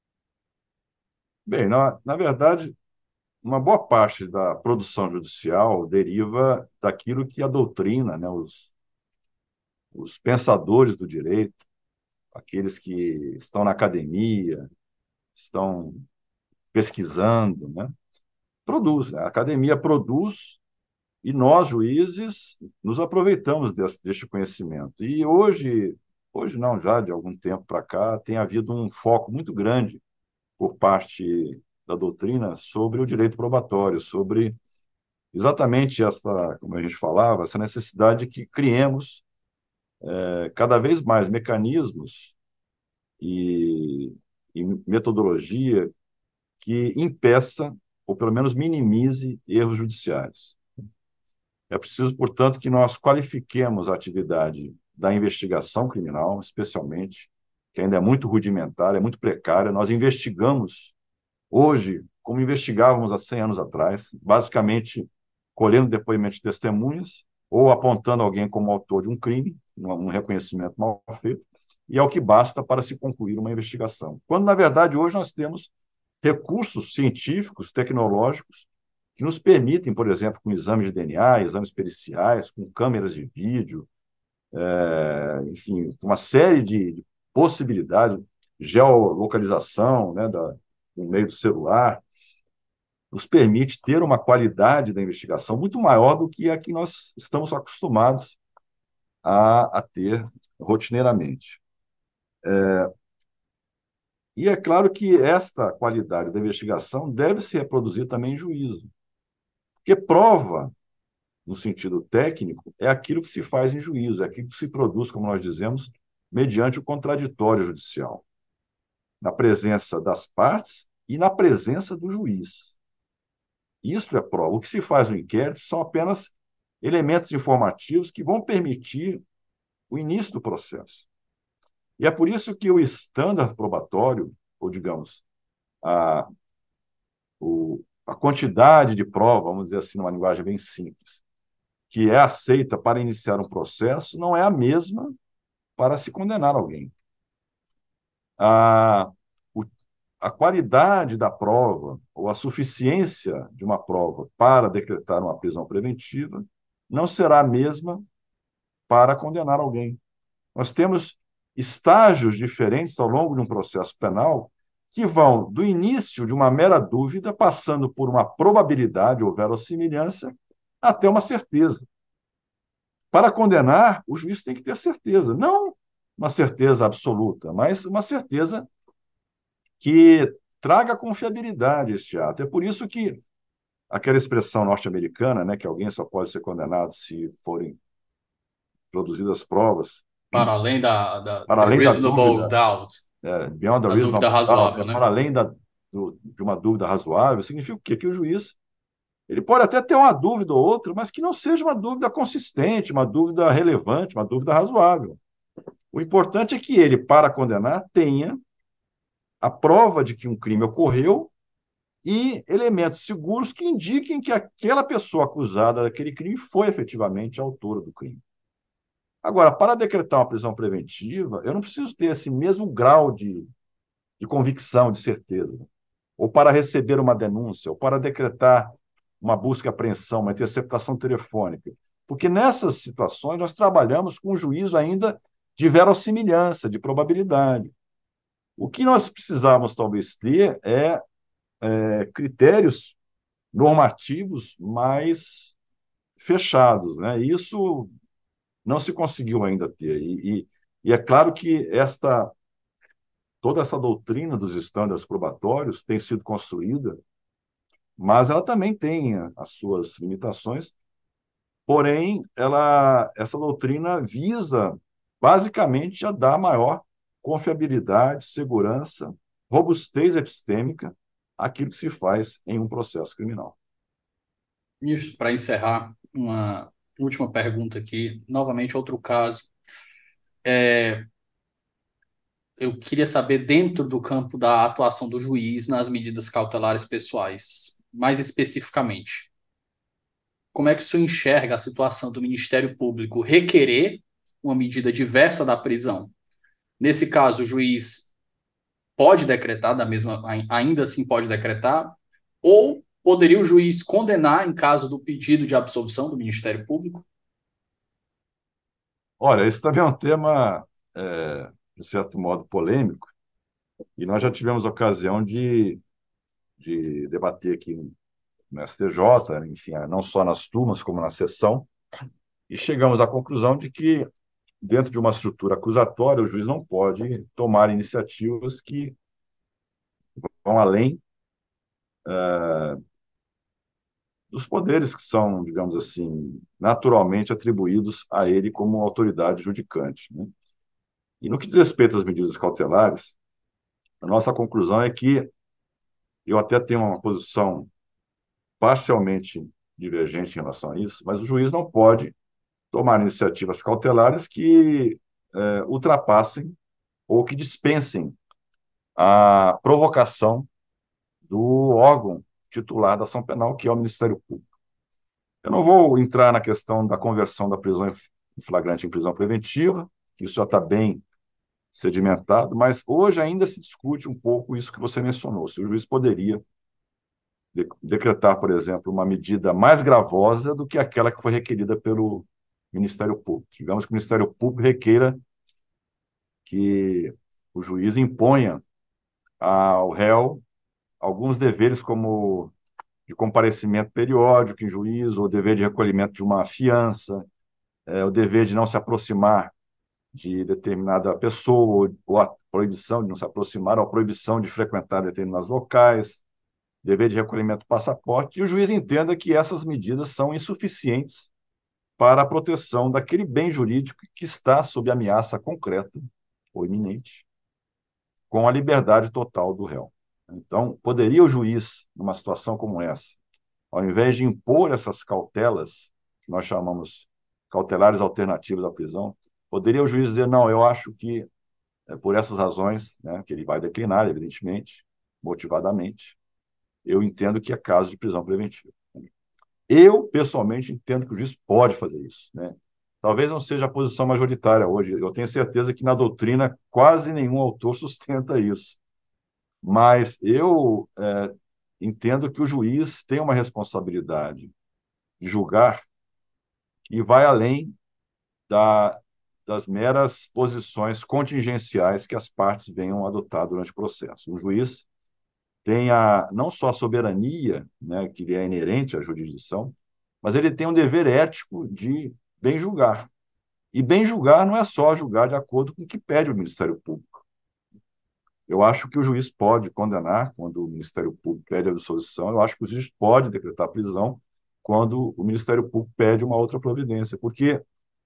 Bem, na verdade, uma boa parte da produção judicial deriva daquilo que a doutrina, né, os pensadores do direito, aqueles que estão na academia, estão pesquisando, né, produzem. A academia produz e nós, juízes, nos aproveitamos deste conhecimento. E hoje não, já de algum tempo para cá, tem havido um foco muito grande por parte da doutrina sobre o direito probatório, sobre exatamente essa, como a gente falava, essa necessidade de que criemos cada vez mais mecanismos e, e metodologia que impeça, ou pelo menos minimize, erros judiciários. É preciso, portanto, que nós qualifiquemos a atividade da investigação criminal, especialmente, que ainda é muito rudimentar, é muito precária. Nós investigamos hoje como investigávamos há 100 anos atrás, basicamente colhendo depoimentos de testemunhas ou apontando alguém como autor de um crime, um reconhecimento mal feito, e é o que basta para se concluir uma investigação. Quando, na verdade, hoje nós temos recursos científicos, tecnológicos, que nos permitem, por exemplo, com exames de DNA, exames periciais, com câmeras de vídeo, enfim, uma série de possibilidades, geolocalização, né, no meio do celular, nos permite ter uma qualidade da investigação muito maior do que a que nós estamos acostumados a ter rotineiramente. E é claro que esta qualidade da investigação deve se reproduzir também em juízo, porque prova, no sentido técnico, é aquilo que se faz em juízo, é aquilo que se produz, como nós dizemos, mediante o contraditório judicial, na presença das partes e na presença do juiz. Isso é prova. O que se faz no inquérito são apenas elementos informativos que vão permitir o início do processo. E é por isso que o estándar probatório, ou digamos, a, a quantidade de prova, vamos dizer assim, numa linguagem bem simples, que é aceita para iniciar um processo, não é a mesma para se condenar alguém. A, a qualidade da prova, ou a suficiência de uma prova para decretar uma prisão preventiva, não será a mesma para condenar alguém. Nós temos estágios diferentes ao longo de um processo penal que vão do início de uma mera dúvida, passando por uma probabilidade ou verossimilhança, até uma certeza. Para condenar, o juiz tem que ter certeza, não uma certeza absoluta, mas uma certeza que traga confiabilidade a este ato. É por isso que aquela expressão norte-americana, né, que alguém só pode ser condenado se forem produzidas provas, Para além da para the além da reasonable dúvida, doubt, beyond a da dúvida reasonable doubt, razoável, né? para além de uma dúvida razoável, significa o quê? Que o juiz ele pode até ter uma dúvida ou outra, mas que não seja uma dúvida consistente, uma dúvida relevante, uma dúvida razoável. O importante é que ele, para condenar, tenha a prova de que um crime ocorreu e elementos seguros que indiquem que aquela pessoa acusada daquele crime foi efetivamente a autora do crime. Agora, para decretar uma prisão preventiva, eu não preciso ter esse mesmo grau de convicção, de certeza. Ou para receber uma denúncia, ou para decretar uma busca e apreensão, uma interceptação telefônica. Porque nessas situações nós trabalhamos com um juízo ainda de verossimilhança, de probabilidade. O que nós precisamos talvez ter é critérios normativos mais fechados, né? Isso não se conseguiu ainda ter. E é claro que toda essa doutrina dos estándares probatórios tem sido construída, mas ela também tem as suas limitações. Porém, essa doutrina visa basicamente a dar maior confiabilidade, segurança, robustez epistêmica àquilo que se faz em um processo criminal. Isso, para encerrar, uma última pergunta aqui. Novamente, outro caso. Eu queria saber, dentro do campo da atuação do juiz nas medidas cautelares pessoais, mais especificamente, como é que o senhor enxerga a situação do Ministério Público requerer uma medida diversa da prisão? Nesse caso, o juiz pode decretar ainda assim pode decretar, ou poderia o juiz condenar em caso do pedido de absolvição do Ministério Público? Olha, esse também é um tema, de certo modo, polêmico, e nós já tivemos ocasião de debater aqui no STJ, enfim, não só nas turmas, como na sessão, e chegamos à conclusão de que, dentro de uma estrutura acusatória, o juiz não pode tomar iniciativas que vão além dos poderes que são, digamos assim, naturalmente atribuídos a ele como autoridade judicante, né? E no que diz respeito às medidas cautelares, a nossa conclusão é que eu até tenho uma posição parcialmente divergente em relação a isso, mas o juiz não pode tomar iniciativas cautelares que ultrapassem ou que dispensem a provocação do órgão titular da ação penal, que é o Ministério Público. Eu não vou entrar na questão da conversão da prisão em flagrante em prisão preventiva, que isso já está bem sedimentado, mas hoje ainda se discute um pouco isso que você mencionou, se o juiz poderia decretar, por exemplo, uma medida mais gravosa do que aquela que foi requerida pelo Ministério Público. Digamos que o Ministério Público requeira que o juiz imponha ao réu alguns deveres como de comparecimento periódico em juízo, o dever de recolhimento de uma fiança, o dever de não se aproximar de determinada pessoa, ou a proibição de não se aproximar, ou a proibição de frequentar determinados locais, dever de recolhimento do passaporte, e o juiz entenda que essas medidas são insuficientes para a proteção daquele bem jurídico que está sob ameaça concreta ou iminente, com a liberdade total do réu. Então, poderia o juiz, numa situação como essa, ao invés de impor essas cautelas, que nós chamamos cautelares alternativas à prisão, poderia o juiz dizer, não, eu acho que, por essas razões, né, que ele vai declinar, evidentemente, motivadamente, eu entendo que é caso de prisão preventiva. Eu, pessoalmente, entendo que o juiz pode fazer isso, né? Talvez não seja a posição majoritária hoje. Eu tenho certeza que na doutrina quase nenhum autor sustenta isso. Mas eu entendo que o juiz tem uma responsabilidade de julgar e vai além das meras posições contingenciais que as partes venham a adotar durante o processo. O juiz tem não só a soberania, né, que lhe é inerente à jurisdição, mas ele tem um dever ético de bem julgar. E bem julgar não é só julgar de acordo com o que pede o Ministério Público. Eu acho que o juiz pode condenar quando o Ministério Público pede a absolvição, eu acho que o juiz pode decretar prisão quando o Ministério Público pede uma outra providência, porque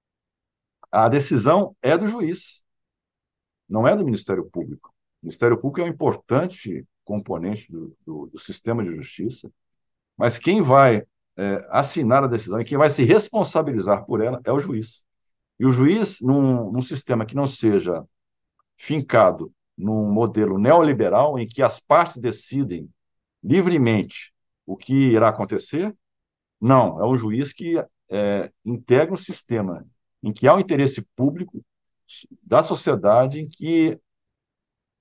a decisão é do juiz, não é do Ministério Público. O Ministério Público é um importante componente do sistema de justiça, mas quem vai assinar a decisão e quem vai se responsabilizar por ela é o juiz. E o juiz, num sistema que não seja fincado num modelo neoliberal, em que as partes decidem livremente o que irá acontecer, não, é um juiz que integra um sistema em que há um interesse público da sociedade, em que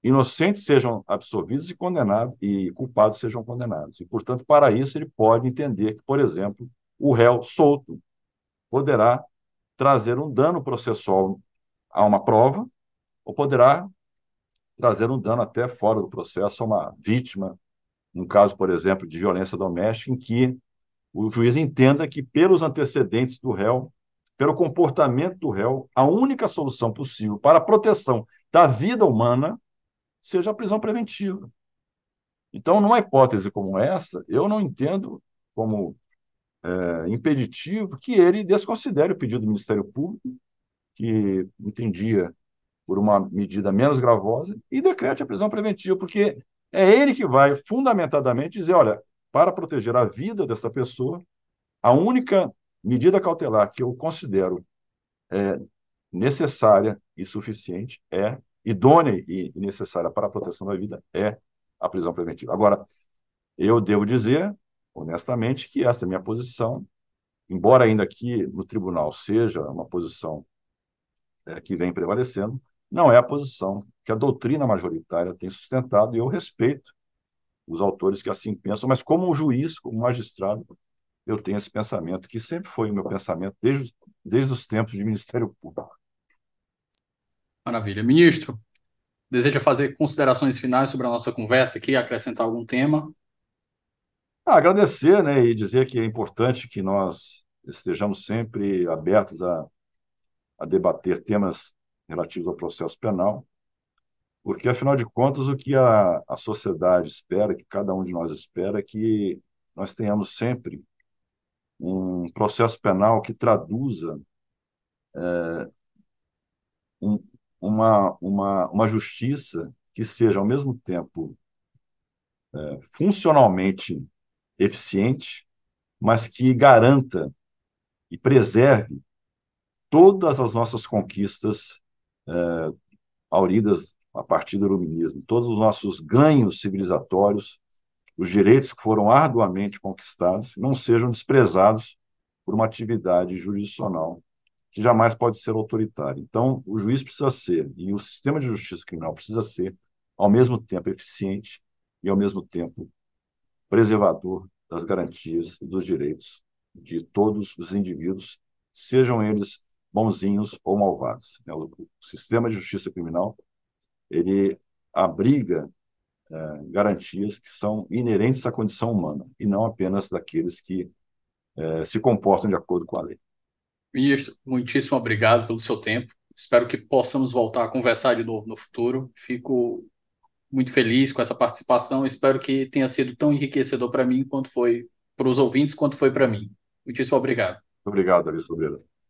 inocentes sejam absolvidos e condenados, e culpados sejam condenados. E, portanto, para isso, ele pode entender que, por exemplo, o réu solto poderá trazer um dano processual a uma prova, ou poderá trazer um dano até fora do processo a uma vítima, num caso, por exemplo, de violência doméstica, em que o juiz entenda que, pelos antecedentes do réu, pelo comportamento do réu, a única solução possível para a proteção da vida humana seja a prisão preventiva. Então, numa hipótese como essa, eu não entendo como impeditivo que ele desconsidere o pedido do Ministério Público, que entendia por uma medida menos gravosa, e decrete a prisão preventiva, porque é ele que vai fundamentadamente dizer, olha, para proteger a vida dessa pessoa, a única medida cautelar que eu considero necessária e suficiente idônea e necessária para a proteção da vida é a prisão preventiva. Agora, eu devo dizer, honestamente, que essa é a minha posição, embora ainda aqui no tribunal seja uma posição que vem prevalecendo, não é a posição que a doutrina majoritária tem sustentado, e eu respeito os autores que assim pensam, mas como juiz, como magistrado, eu tenho esse pensamento, que sempre foi o meu pensamento desde os tempos de Ministério Público. Maravilha. Ministro, deseja fazer considerações finais sobre a nossa conversa aqui, acrescentar algum tema? Agradecer, né, e dizer que é importante que nós estejamos sempre abertos a debater temas relativos ao processo penal, porque, afinal de contas, o que a sociedade espera, que cada um de nós espera, é que nós tenhamos sempre um processo penal que traduza um, uma justiça que seja, ao mesmo tempo, funcionalmente eficiente, mas que garanta e preserve todas as nossas conquistas hauridas a partir do iluminismo, todos os nossos ganhos civilizatórios, os direitos que foram arduamente conquistados, não sejam desprezados por uma atividade jurisdicional que jamais pode ser autoritária. Então, o juiz precisa ser, e o sistema de justiça criminal precisa ser, ao mesmo tempo, eficiente e, ao mesmo tempo, preservador das garantias e dos direitos de todos os indivíduos, sejam eles bonzinhos ou malvados. O sistema de justiça criminal, ele abriga garantias que são inerentes à condição humana, e não apenas daqueles que se comportam de acordo com a lei. Ministro, muitíssimo obrigado pelo seu tempo. Espero que possamos voltar a conversar de novo no futuro. Fico muito feliz com essa participação. Espero que tenha sido tão enriquecedor para mim quanto foi para os ouvintes, quanto foi para mim. Muitíssimo obrigado. Obrigado, Davi Silveira.